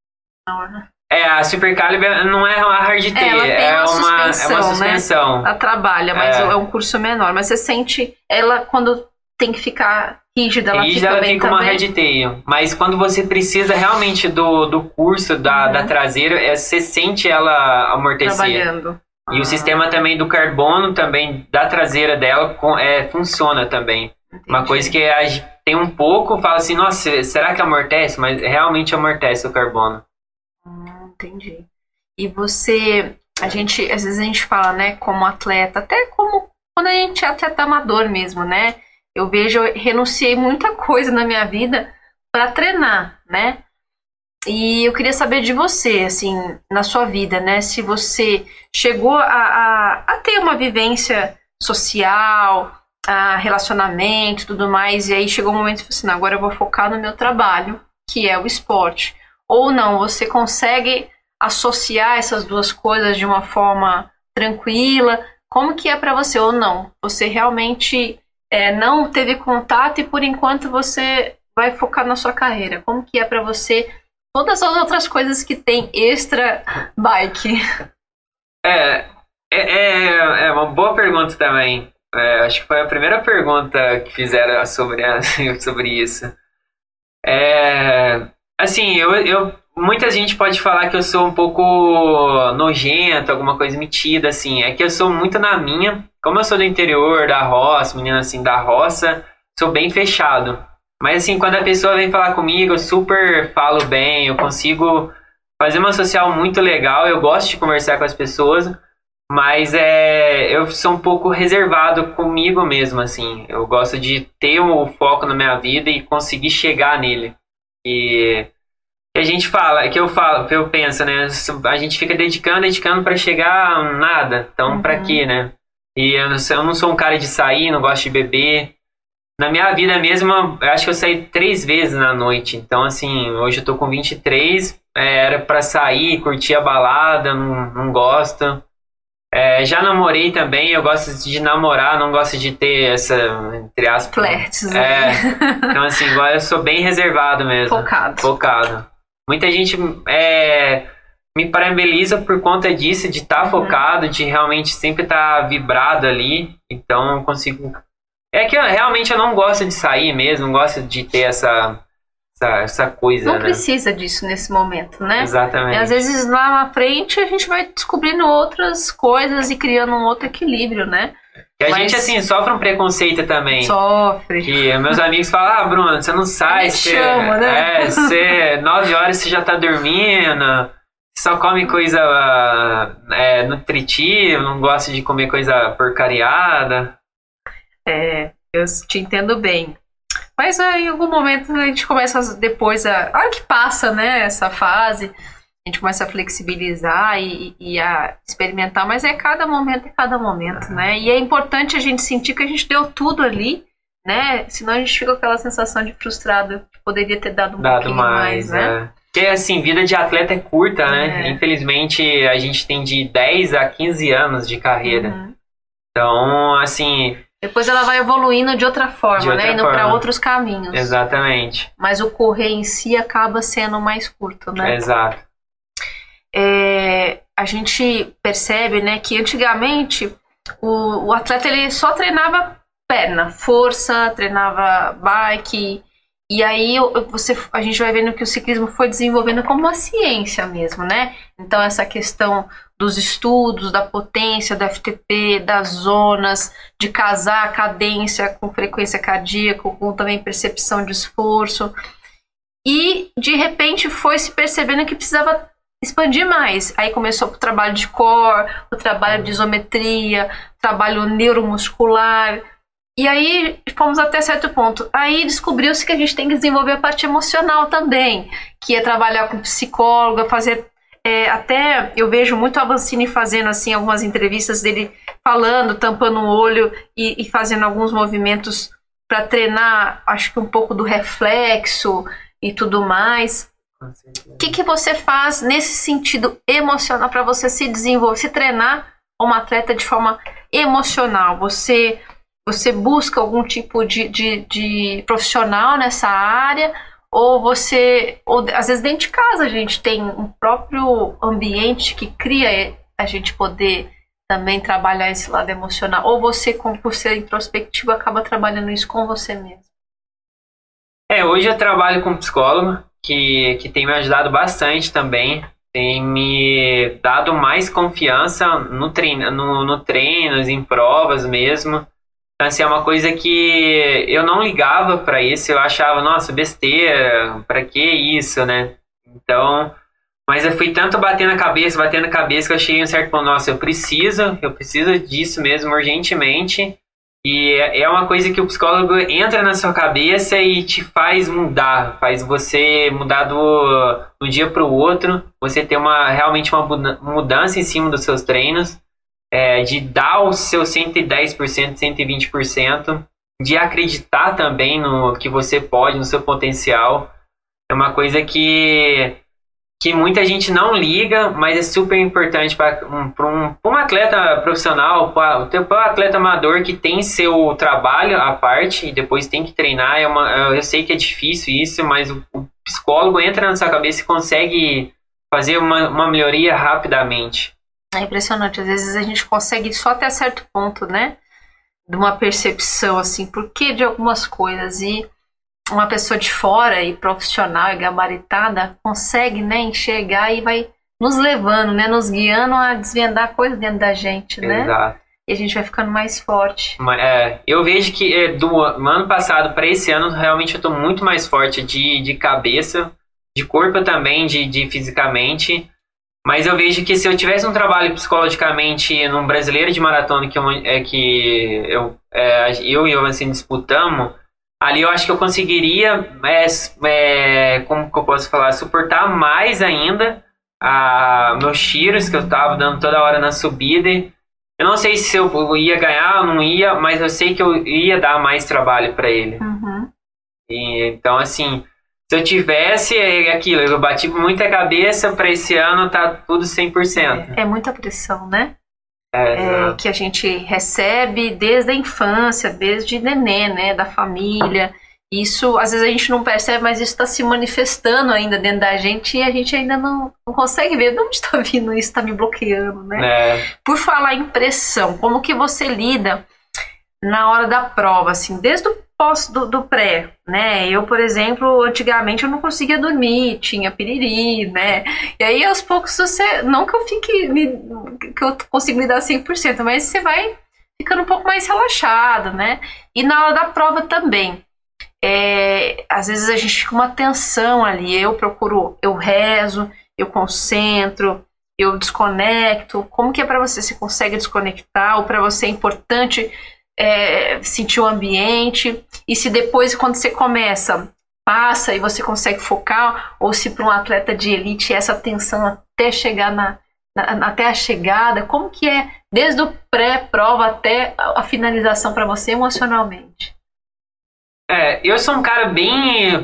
A Super Calibre não é uma hardtail, é uma suspensão. Né? Ela trabalha, mas é um curso menor. Mas você sente ela quando tem que ficar rígida, ela fica uma hardtail. Mas quando você precisa realmente do curso da traseira, você sente ela amortecer. Trabalhando. E o sistema também do carbono, também da traseira dela, funciona também. Entendi. Uma coisa que tem um pouco, fala assim, nossa, será que amortece? Mas realmente amortece o carbono. Entendi. E você, às vezes a gente fala, né, como atleta, até como quando a gente é atleta amador mesmo, né? Eu renunciei muita coisa na minha vida para treinar, né? E eu queria saber de você, assim, na sua vida, né? Se você chegou a ter uma vivência social, relacionamento e tudo mais, e aí chegou um momento que você falou assim, agora eu vou focar no meu trabalho, que é o esporte. Ou não, você consegue associar essas duas coisas de uma forma tranquila. Como que é para você ou não? Você realmente não teve contato e por enquanto você vai focar na sua carreira. Como que é para você todas as outras coisas que tem extra bike? É uma boa pergunta também. Acho que foi a primeira pergunta que fizeram sobre isso. Assim, muita gente pode falar que eu sou um pouco nojento, alguma coisa metida, assim. É que eu sou muito na minha. Como eu sou do interior, da roça, menina assim, da roça, sou bem fechado. Mas assim, quando a pessoa vem falar comigo, eu super falo bem, eu consigo fazer uma social muito legal, eu gosto de conversar com as pessoas, mas eu sou um pouco reservado comigo mesmo, assim. Eu gosto de ter o foco na minha vida e conseguir chegar nele. E a gente fala, que eu penso, né? A gente fica dedicando para chegar a nada. Então, pra quê, né? E eu não sou um cara de sair, não gosto de beber. Na minha vida mesmo, eu acho que eu saí 3 vezes na noite. Então, assim, hoje eu tô com 23. Era pra sair, curtir a balada, não gosto. Já namorei também, eu gosto de namorar, não gosto de ter essa, entre aspas... Flertes, né? Então, assim, agora eu sou bem reservado mesmo. Focado. Muita gente me parabeniza por conta disso, de estar focado, de realmente sempre estar vibrado ali. Então, eu consigo... É que realmente eu não gosto de sair mesmo, não gosto de ter essa coisa, não né? precisa disso nesse momento, né? Exatamente. E às vezes lá na frente a gente vai descobrindo outras coisas e criando um outro equilíbrio, né? E a gente, assim, sofre um preconceito também. Sofre. Que meus amigos falam, Bruno, você não sai, chama, né? 9 horas você já tá dormindo, só come coisa nutritiva, não gosta de comer coisa porcariada. Eu te entendo bem. Mas em algum momento a gente começa depois, a hora que passa, né, essa fase, a gente começa a flexibilizar e a experimentar, mas cada momento, né? E é importante a gente sentir que a gente deu tudo ali, né? Senão a gente fica com aquela sensação de frustrado, que poderia ter dado um pouquinho mais, né? Porque, assim, vida de atleta é curta, né? Infelizmente, a gente tem de 10 a 15 anos de carreira. Então, assim... Depois ela vai evoluindo de outra forma, né? Indo para outros caminhos. Exatamente. Mas o correr em si acaba sendo mais curto, né? Exato. A gente percebe, né, que antigamente o atleta ele só treinava perna, força, treinava bike. E aí a gente vai vendo que o ciclismo foi desenvolvendo como uma ciência mesmo, né? Então essa questão dos estudos, da potência, do FTP, das zonas, de casar a cadência com frequência cardíaca, com também percepção de esforço. E de repente foi se percebendo que precisava expandir mais. Aí começou o trabalho de core, o trabalho de isometria, o trabalho neuromuscular. E aí fomos até certo ponto. Aí descobriu-se que a gente tem que desenvolver a parte emocional também, que é trabalhar com psicóloga, fazer... até eu vejo muito a Avancini fazendo assim, algumas entrevistas dele falando, tampando o olho e fazendo alguns movimentos para treinar, acho que um pouco do reflexo e tudo mais. O que você faz nesse sentido emocional para você se desenvolver, se treinar como atleta de forma emocional? Você busca algum tipo de profissional nessa área? Ou às vezes dentro de casa a gente tem um próprio ambiente que cria a gente poder também trabalhar esse lado emocional? Ou você, por ser introspectivo, acaba trabalhando isso com você mesmo? Hoje eu trabalho com psicólogo, que tem me ajudado bastante também. Tem me dado mais confiança no treinos, em provas mesmo. Então, assim, é uma coisa que eu não ligava pra isso, eu achava, nossa, besteira, pra que isso, né? Então, mas eu fui tanto batendo a cabeça, que eu cheguei a um certo ponto, nossa, eu preciso disso mesmo, urgentemente. E é uma coisa que o psicólogo entra na sua cabeça e te faz mudar, faz você mudar do dia pro outro, você ter realmente uma mudança em cima dos seus treinos. De dar o seu 110%, 120%, de acreditar também no que você pode, no seu potencial. É uma coisa que que muita gente não liga, mas é super importante para um atleta profissional, para o atleta amador que tem seu trabalho à parte e depois tem que treinar. Eu sei que é difícil isso, mas o psicólogo entra na sua cabeça e consegue fazer uma melhoria rapidamente. É impressionante, às vezes a gente consegue só até certo ponto, né? De uma percepção, assim, por que de algumas coisas, e uma pessoa de fora e profissional e gabaritada consegue, né, enxergar e vai nos levando, né, nos guiando a desvendar coisas dentro da gente, né? Exato. E a gente vai ficando mais forte. Eu vejo que do ano passado para esse ano, realmente eu tô muito mais forte de cabeça, de corpo também, de fisicamente. Mas eu vejo que se eu tivesse um trabalho psicologicamente num brasileiro de maratona que eu e o Giovanni disputamos, ali eu acho que eu conseguiria, como que eu posso falar, suportar mais ainda meus tiros que eu estava dando toda hora na subida. Eu não sei se eu ia ganhar ou não ia, mas eu sei que eu ia dar mais trabalho para ele. Uhum. Então, assim, se eu tivesse aquilo, eu bati muita cabeça, para esse ano tá tudo 100%. É muita pressão, né? Exato. Que a gente recebe desde a infância, desde nenê, né, da família. Isso, às vezes a gente não percebe, mas isso está se manifestando ainda dentro da gente e a gente ainda não consegue ver de onde está vindo isso, está me bloqueando, né? Por falar em pressão, como que você lida na hora da prova, assim, desde o do pré, né? Eu, por exemplo, antigamente eu não conseguia dormir, tinha piriri, né? E aí, aos poucos, você... Não que eu que eu consigo lidar 100%, mas você vai ficando um pouco mais relaxado, né? E na hora da prova também. Às vezes a gente fica uma tensão ali. Eu rezo, eu concentro, eu desconecto. Como que é pra você? Você consegue desconectar? Ou pra você é importante... sentir o ambiente, e se depois, quando você passa e você consegue focar, ou se para um atleta de elite essa tensão até chegar até a chegada, como que é desde o pré-prova até a finalização para você emocionalmente? Eu sou um cara bem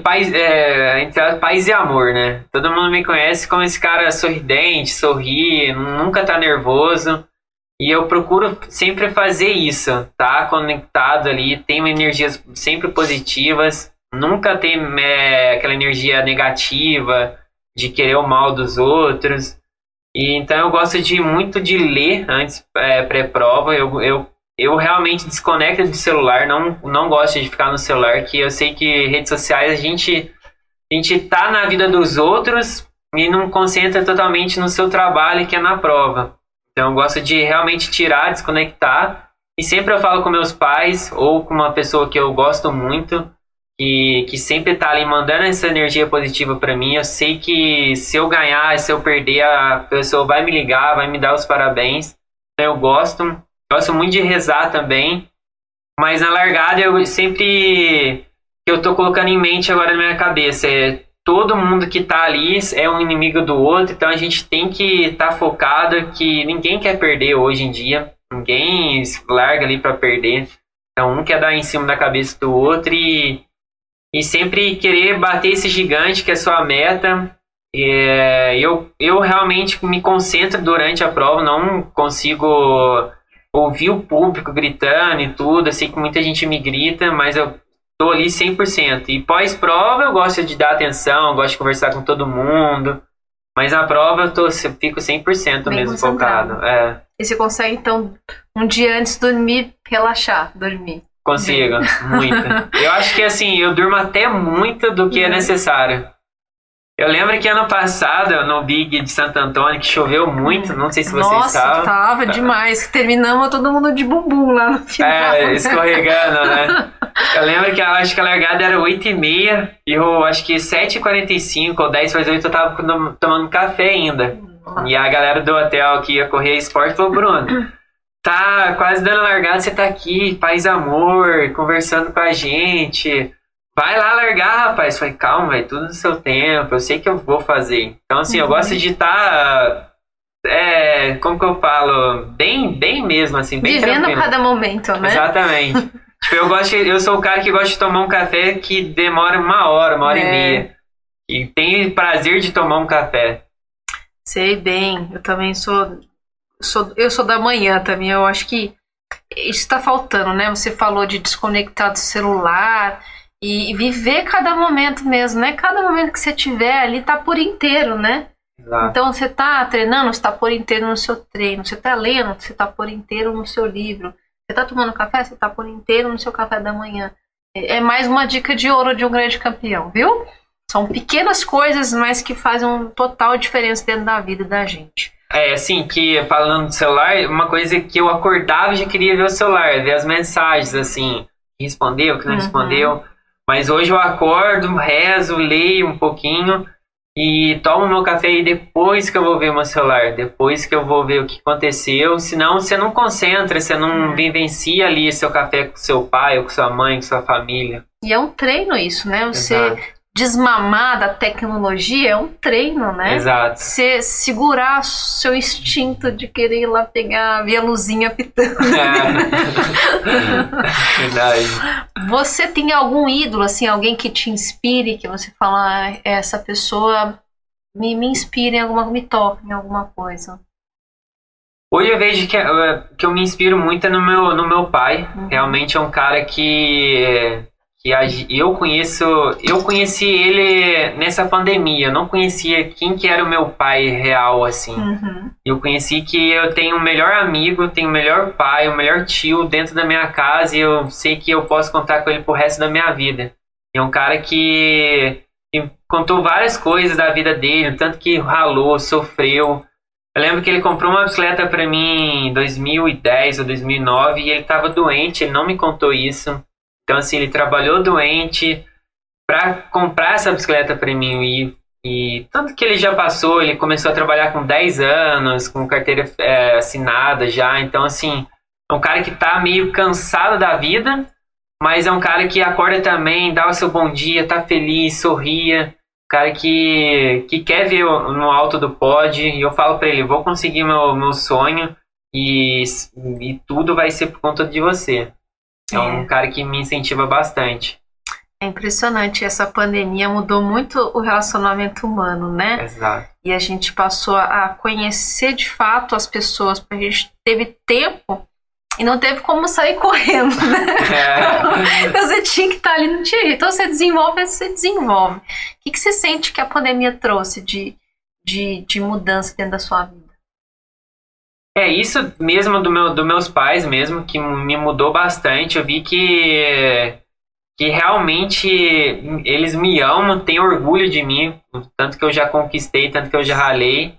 paz e amor, né? Todo mundo me conhece como esse cara sorridente, sorri, nunca tá nervoso. E eu procuro sempre fazer isso, tá? Conectado ali, tenho energias sempre positivas, nunca tem aquela energia negativa de querer o mal dos outros. E então eu gosto muito de ler antes, pré-prova. Eu realmente desconecto do celular, não gosto de ficar no celular, que eu sei que redes sociais a gente tá na vida dos outros e não concentra totalmente no seu trabalho, que é na prova. Então eu gosto de realmente tirar, desconectar. E sempre eu falo com meus pais ou com uma pessoa que eu gosto muito, que sempre tá ali mandando essa energia positiva para mim. Eu sei que se eu ganhar, se eu perder, a pessoa vai me ligar, vai me dar os parabéns. Eu gosto muito de rezar também. Mas na largada eu sempre... que eu tô colocando em mente agora na minha cabeça todo mundo que tá ali é um inimigo do outro, então a gente tem que estar focado, que ninguém quer perder hoje em dia, ninguém larga ali para perder, então um quer dar em cima da cabeça do outro e sempre querer bater esse gigante que é sua meta. Eu realmente me concentro durante a prova, não consigo ouvir o público gritando e tudo, eu sei que muita gente me grita, mas eu tô ali 100%. E pós-prova eu gosto de dar atenção, eu gosto de conversar com todo mundo. Mas na prova eu fico 100% bem mesmo focado. E você consegue, então, um dia antes dormir, dormir? Consigo, muito. Eu acho que assim, eu durmo até muito do que é necessário. Eu lembro que ano passado, no Big de Santo Antônio, que choveu muito, não sei se você estava. Nossa, tava demais. Terminamos todo mundo de bumbum lá no final. Escorregando, né? Eu lembro que acho que a largada era 8h30 e eu acho que 7h45 ou 10h08 eu tava tomando café ainda. E a galera do hotel que ia correr esporte falou: Bruno, tá quase dando largada, você tá aqui, paz e amor, conversando com a gente. Vai lá largar, rapaz. Falei, calma, vai tudo no seu tempo, eu sei que eu vou fazer. Então, assim, eu gosto de estar, como que eu falo, bem mesmo, assim, bem vivendo tranquilo. Cada momento, né? Exatamente. Tipo, eu sou o cara que gosta de tomar um café que demora uma hora e meia. e tem prazer de tomar um café. Sei bem, eu também sou da manhã também. Eu acho que isso está faltando, né? Você falou de desconectar do celular e viver cada momento mesmo, né? Cada momento que você tiver ali tá por inteiro, né? Exato. Então você tá treinando, você tá por inteiro no seu treino. Você tá lendo, você tá por inteiro no seu livro. Você tá tomando café, você tá por inteiro no seu café da manhã. É mais uma dica de ouro de um grande campeão, viu? São pequenas coisas, mas que fazem uma total diferença dentro da vida da gente. Assim, que falando do celular, uma coisa que eu acordava e já queria ver o celular, ver as mensagens, assim, que respondeu, que não respondeu. Mas hoje eu acordo, rezo, leio um pouquinho e tomo meu café e depois que eu vou ver o meu celular, depois que eu vou ver o que aconteceu. Senão você não concentra, você não vivencia ali seu café com seu pai, ou com sua mãe, com sua família. E é um treino isso, né? Você Exato. desmamar da tecnologia é um treino, né? Exato. Você segurar seu instinto de querer ir lá pegar, ver a luzinha pitando. Verdade. Você tem algum ídolo, assim, alguém que te inspire, que você fala, essa pessoa me inspira em alguma, me toca em alguma coisa? Hoje eu vejo que eu me inspiro muito no meu pai. Realmente é um cara que eu conheci ele nessa pandemia. Eu não conhecia quem que era o meu pai real, assim. Eu conheci que eu tenho o melhor amigo, tenho o melhor pai, o melhor tio dentro da minha casa e eu sei que eu posso contar com ele pro resto da minha vida. É um cara que contou várias coisas da vida dele, tanto que ralou, sofreu. Eu lembro que ele comprou uma bicicleta para mim em 2010 ou 2009 e ele estava doente, ele não me contou isso. Então, assim, ele trabalhou doente para comprar essa bicicleta para mim. E tanto que ele já passou, ele começou a trabalhar com 10 anos, com carteira assinada já. Então, assim, é um cara que tá meio cansado da vida, mas é um cara que acorda também, dá o seu bom dia, tá feliz, sorria. Um cara que quer ver no alto do pódio. E eu falo para ele, vou conseguir meu sonho e tudo vai ser por conta de você. É um cara que me incentiva bastante. É impressionante, essa pandemia mudou muito o relacionamento humano, né? Exato. E a gente passou a conhecer de fato as pessoas, porque a gente teve tempo e não teve como sair correndo, né? Você tinha que estar ali, não tinha jeito. Então você desenvolve. O que você sente que a pandemia trouxe de mudança dentro da sua vida? Isso mesmo dos meus pais mesmo, que me mudou bastante. Eu vi que realmente eles me amam, têm orgulho de mim, tanto que eu já conquistei, tanto que eu já ralei.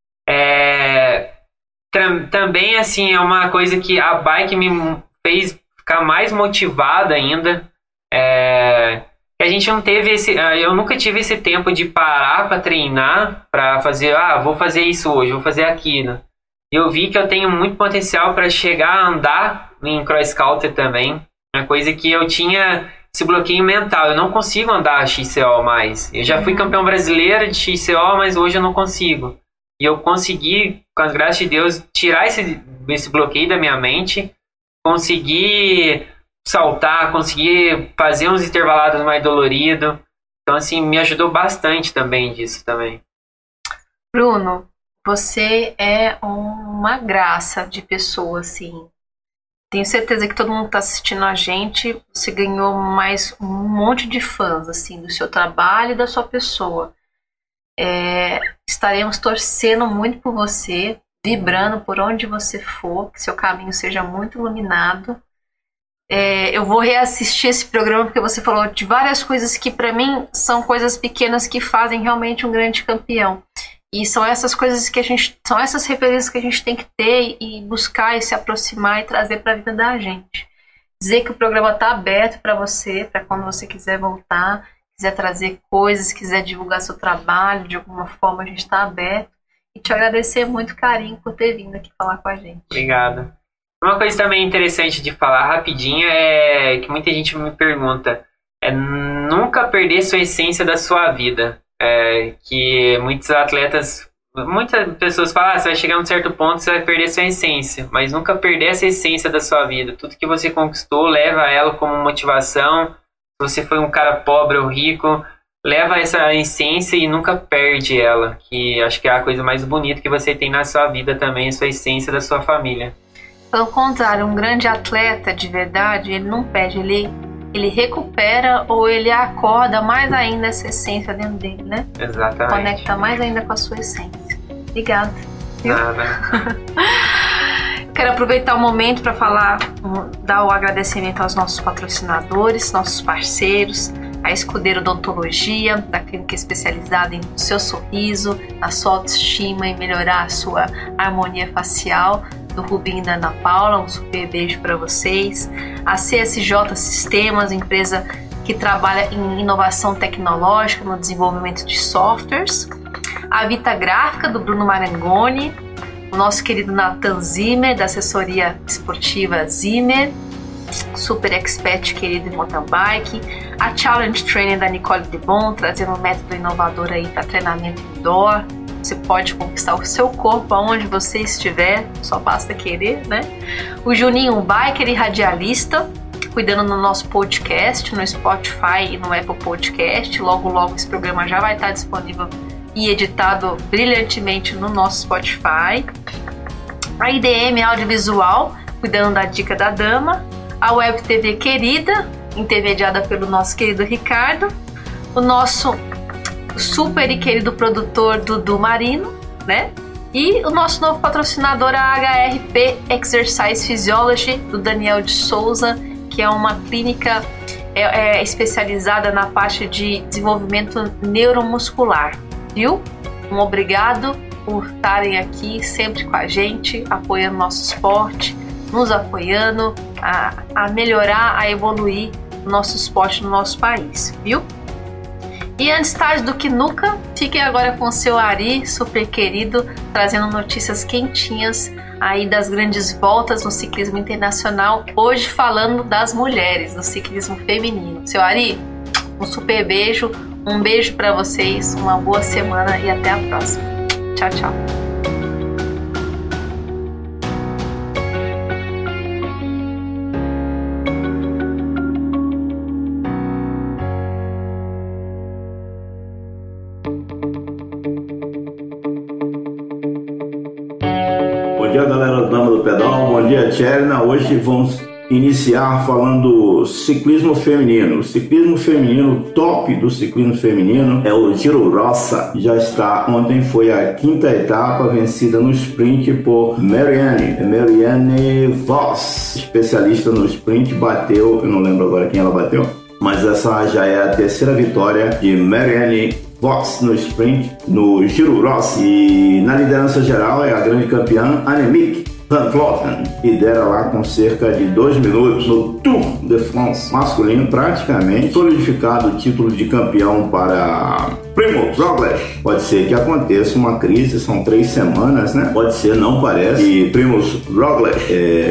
Também, assim, é uma coisa que a bike me fez ficar mais motivado ainda. Que a gente não teve eu nunca tive esse tempo de parar para treinar, para fazer, vou fazer isso hoje, vou fazer aquilo. Eu vi que eu tenho muito potencial para chegar a andar em cross-country também. Uma coisa que eu tinha esse bloqueio mental. Eu não consigo andar XCO mais. Eu já fui campeão brasileiro de XCO, mas hoje eu não consigo. E eu consegui, com as graças de Deus, tirar esse bloqueio da minha mente. Consegui saltar, consegui fazer uns intervalados mais doloridos. Então, assim, me ajudou bastante também disso também. Bruno, você é uma graça de pessoa, assim. Tenho certeza que todo mundo está assistindo a gente. Você ganhou mais um monte de fãs, assim, do seu trabalho e da sua pessoa. Estaremos torcendo muito por você, vibrando por onde você for, que seu caminho seja muito iluminado. Eu vou reassistir esse programa porque você falou de várias coisas que, para mim, são coisas pequenas que fazem realmente um grande campeão. E são essas coisas são essas referências que a gente tem que ter e buscar e se aproximar e trazer para a vida da gente. Dizer que o programa está aberto para você, para quando você quiser voltar, quiser trazer coisas, quiser divulgar seu trabalho, de alguma forma a gente está aberto. E te agradecer muito, carinho, por ter vindo aqui falar com a gente. Obrigado. Uma coisa também interessante de falar rapidinho é que muita gente me pergunta, nunca perder sua essência da sua vida. Que muitas pessoas falam, você vai chegar a um certo ponto, você vai perder sua essência, mas nunca perder essa essência da sua vida. Tudo que você conquistou, leva ela como motivação. Se você foi um cara pobre ou rico, leva essa essência e nunca perde ela, que acho que é a coisa mais bonita que você tem na sua vida também, a sua essência da sua família. Pelo contrário, um grande atleta de verdade, ele não perde, ele recupera ou ele acorda mais ainda essa essência dentro dele, né? Exatamente. Conecta mais ainda com a sua essência. Obrigada. Nada. Quero aproveitar o momento para dar o agradecimento aos nossos patrocinadores, nossos parceiros, a Escudeiro Odontologia, da clínica especializada em seu sorriso, na sua autoestima e melhorar a sua harmonia facial, do Rubinho e da Ana Paula, um super beijo para vocês. A CSJ Sistemas, empresa que trabalha em inovação tecnológica no desenvolvimento de softwares. A Vita Gráfica, do Bruno Marangoni. O nosso querido Nathan Zimmer, da assessoria esportiva Zimmer. Super expert querido em mountain bike. A Challenge Training, da Nicole Debon, trazendo um método inovador aí para treinamento indoor. Você pode conquistar o seu corpo aonde você estiver, só basta querer, né? O Juninho, biker e radialista, cuidando do nosso podcast, no Spotify e no Apple Podcast. Logo, logo esse programa já vai estar disponível e editado brilhantemente no nosso Spotify. A IDM Audiovisual, cuidando da dica da dama. A Web TV Querida, intermediada pelo nosso querido Ricardo. O nosso super e querido produtor Dudu Marino, né? E o nosso novo patrocinador, a HRP Exercise Physiology, do Daniel de Souza, que é uma clínica especializada na parte de desenvolvimento neuromuscular, viu? Um obrigado por estarem aqui sempre com a gente, apoiando nosso esporte, nos apoiando a melhorar, a evoluir o nosso esporte no nosso país, viu? E antes tarde do que nunca, fiquem agora com o seu Ari, super querido, trazendo notícias quentinhas aí das grandes voltas no ciclismo internacional, hoje falando das mulheres, do ciclismo feminino. Seu Ari, um super beijo, um beijo para vocês, uma boa semana e até a próxima. Tchau, tchau. Bom dia, galera do Dama do Pedal. Bom dia, Tcherna. Hoje vamos iniciar falando ciclismo feminino. O ciclismo feminino, top do ciclismo feminino é o Giro Rosa. Já está, ontem foi a quinta etapa, vencida no sprint por Marianne Vos, especialista no sprint, bateu, eu não lembro agora quem ela bateu, mas essa já é a terceira vitória de Marianne Vos no sprint no Giro Rosa. E na liderança geral é a grande campeã Annemiek van Vleuten, lidera lá com cerca de 2 minutos no Tour de France masculino, praticamente solidificado o título de campeão para Primož Roglič. Pode ser que aconteça uma crise, são 3 semanas, né? Pode ser, não parece. E Primož Roglič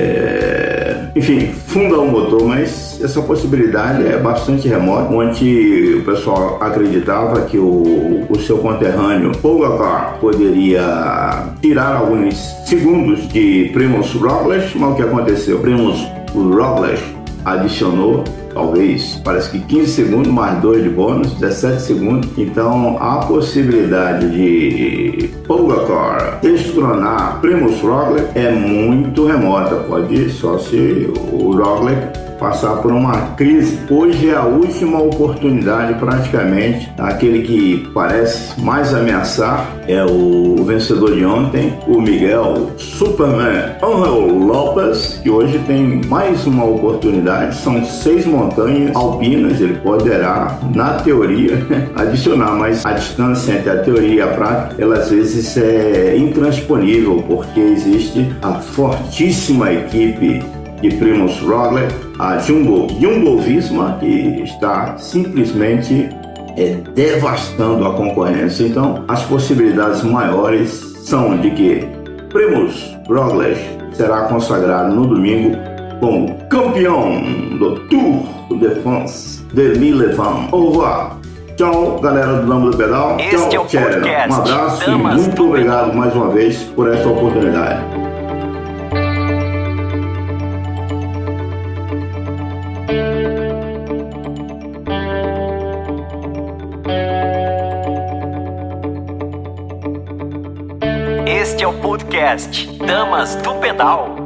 enfim, funda um motor, mas essa possibilidade é bastante remota. Onde o pessoal acreditava que o seu conterrâneo Pogacar poderia tirar alguns segundos de Primož Roglič, mas o que aconteceu? Primož Roglič adicionou, talvez, parece que 15 segundos mais 2 de bônus, 17 segundos. Então a possibilidade de Pogacar destronar Primož Roglič é muito remota. Pode só se o Roglič passar por uma crise. Hoje é a última oportunidade, praticamente. Aquele que parece mais ameaçar é o vencedor de ontem, o Miguel Superman Angel Lopes, que hoje tem mais uma oportunidade. São 6 montanhas alpinas, ele poderá, na teoria, adicionar, mas a distância entre a teoria e a prática, ela às vezes é intransponível, porque existe a fortíssima equipe de Primož Roglič, a Jumbo-Visma, que está simplesmente devastando a concorrência. Então, as possibilidades maiores são de que Primož Roglič será consagrado no domingo como campeão do Tour de France 2020. Au revoir. Tchau, galera do Dama do Pedal. Este Tchau, é o podcast Um abraço Damas e muito do obrigado Pedal. mais uma vez por essa oportunidade. Este é o podcast Damas do Pedal.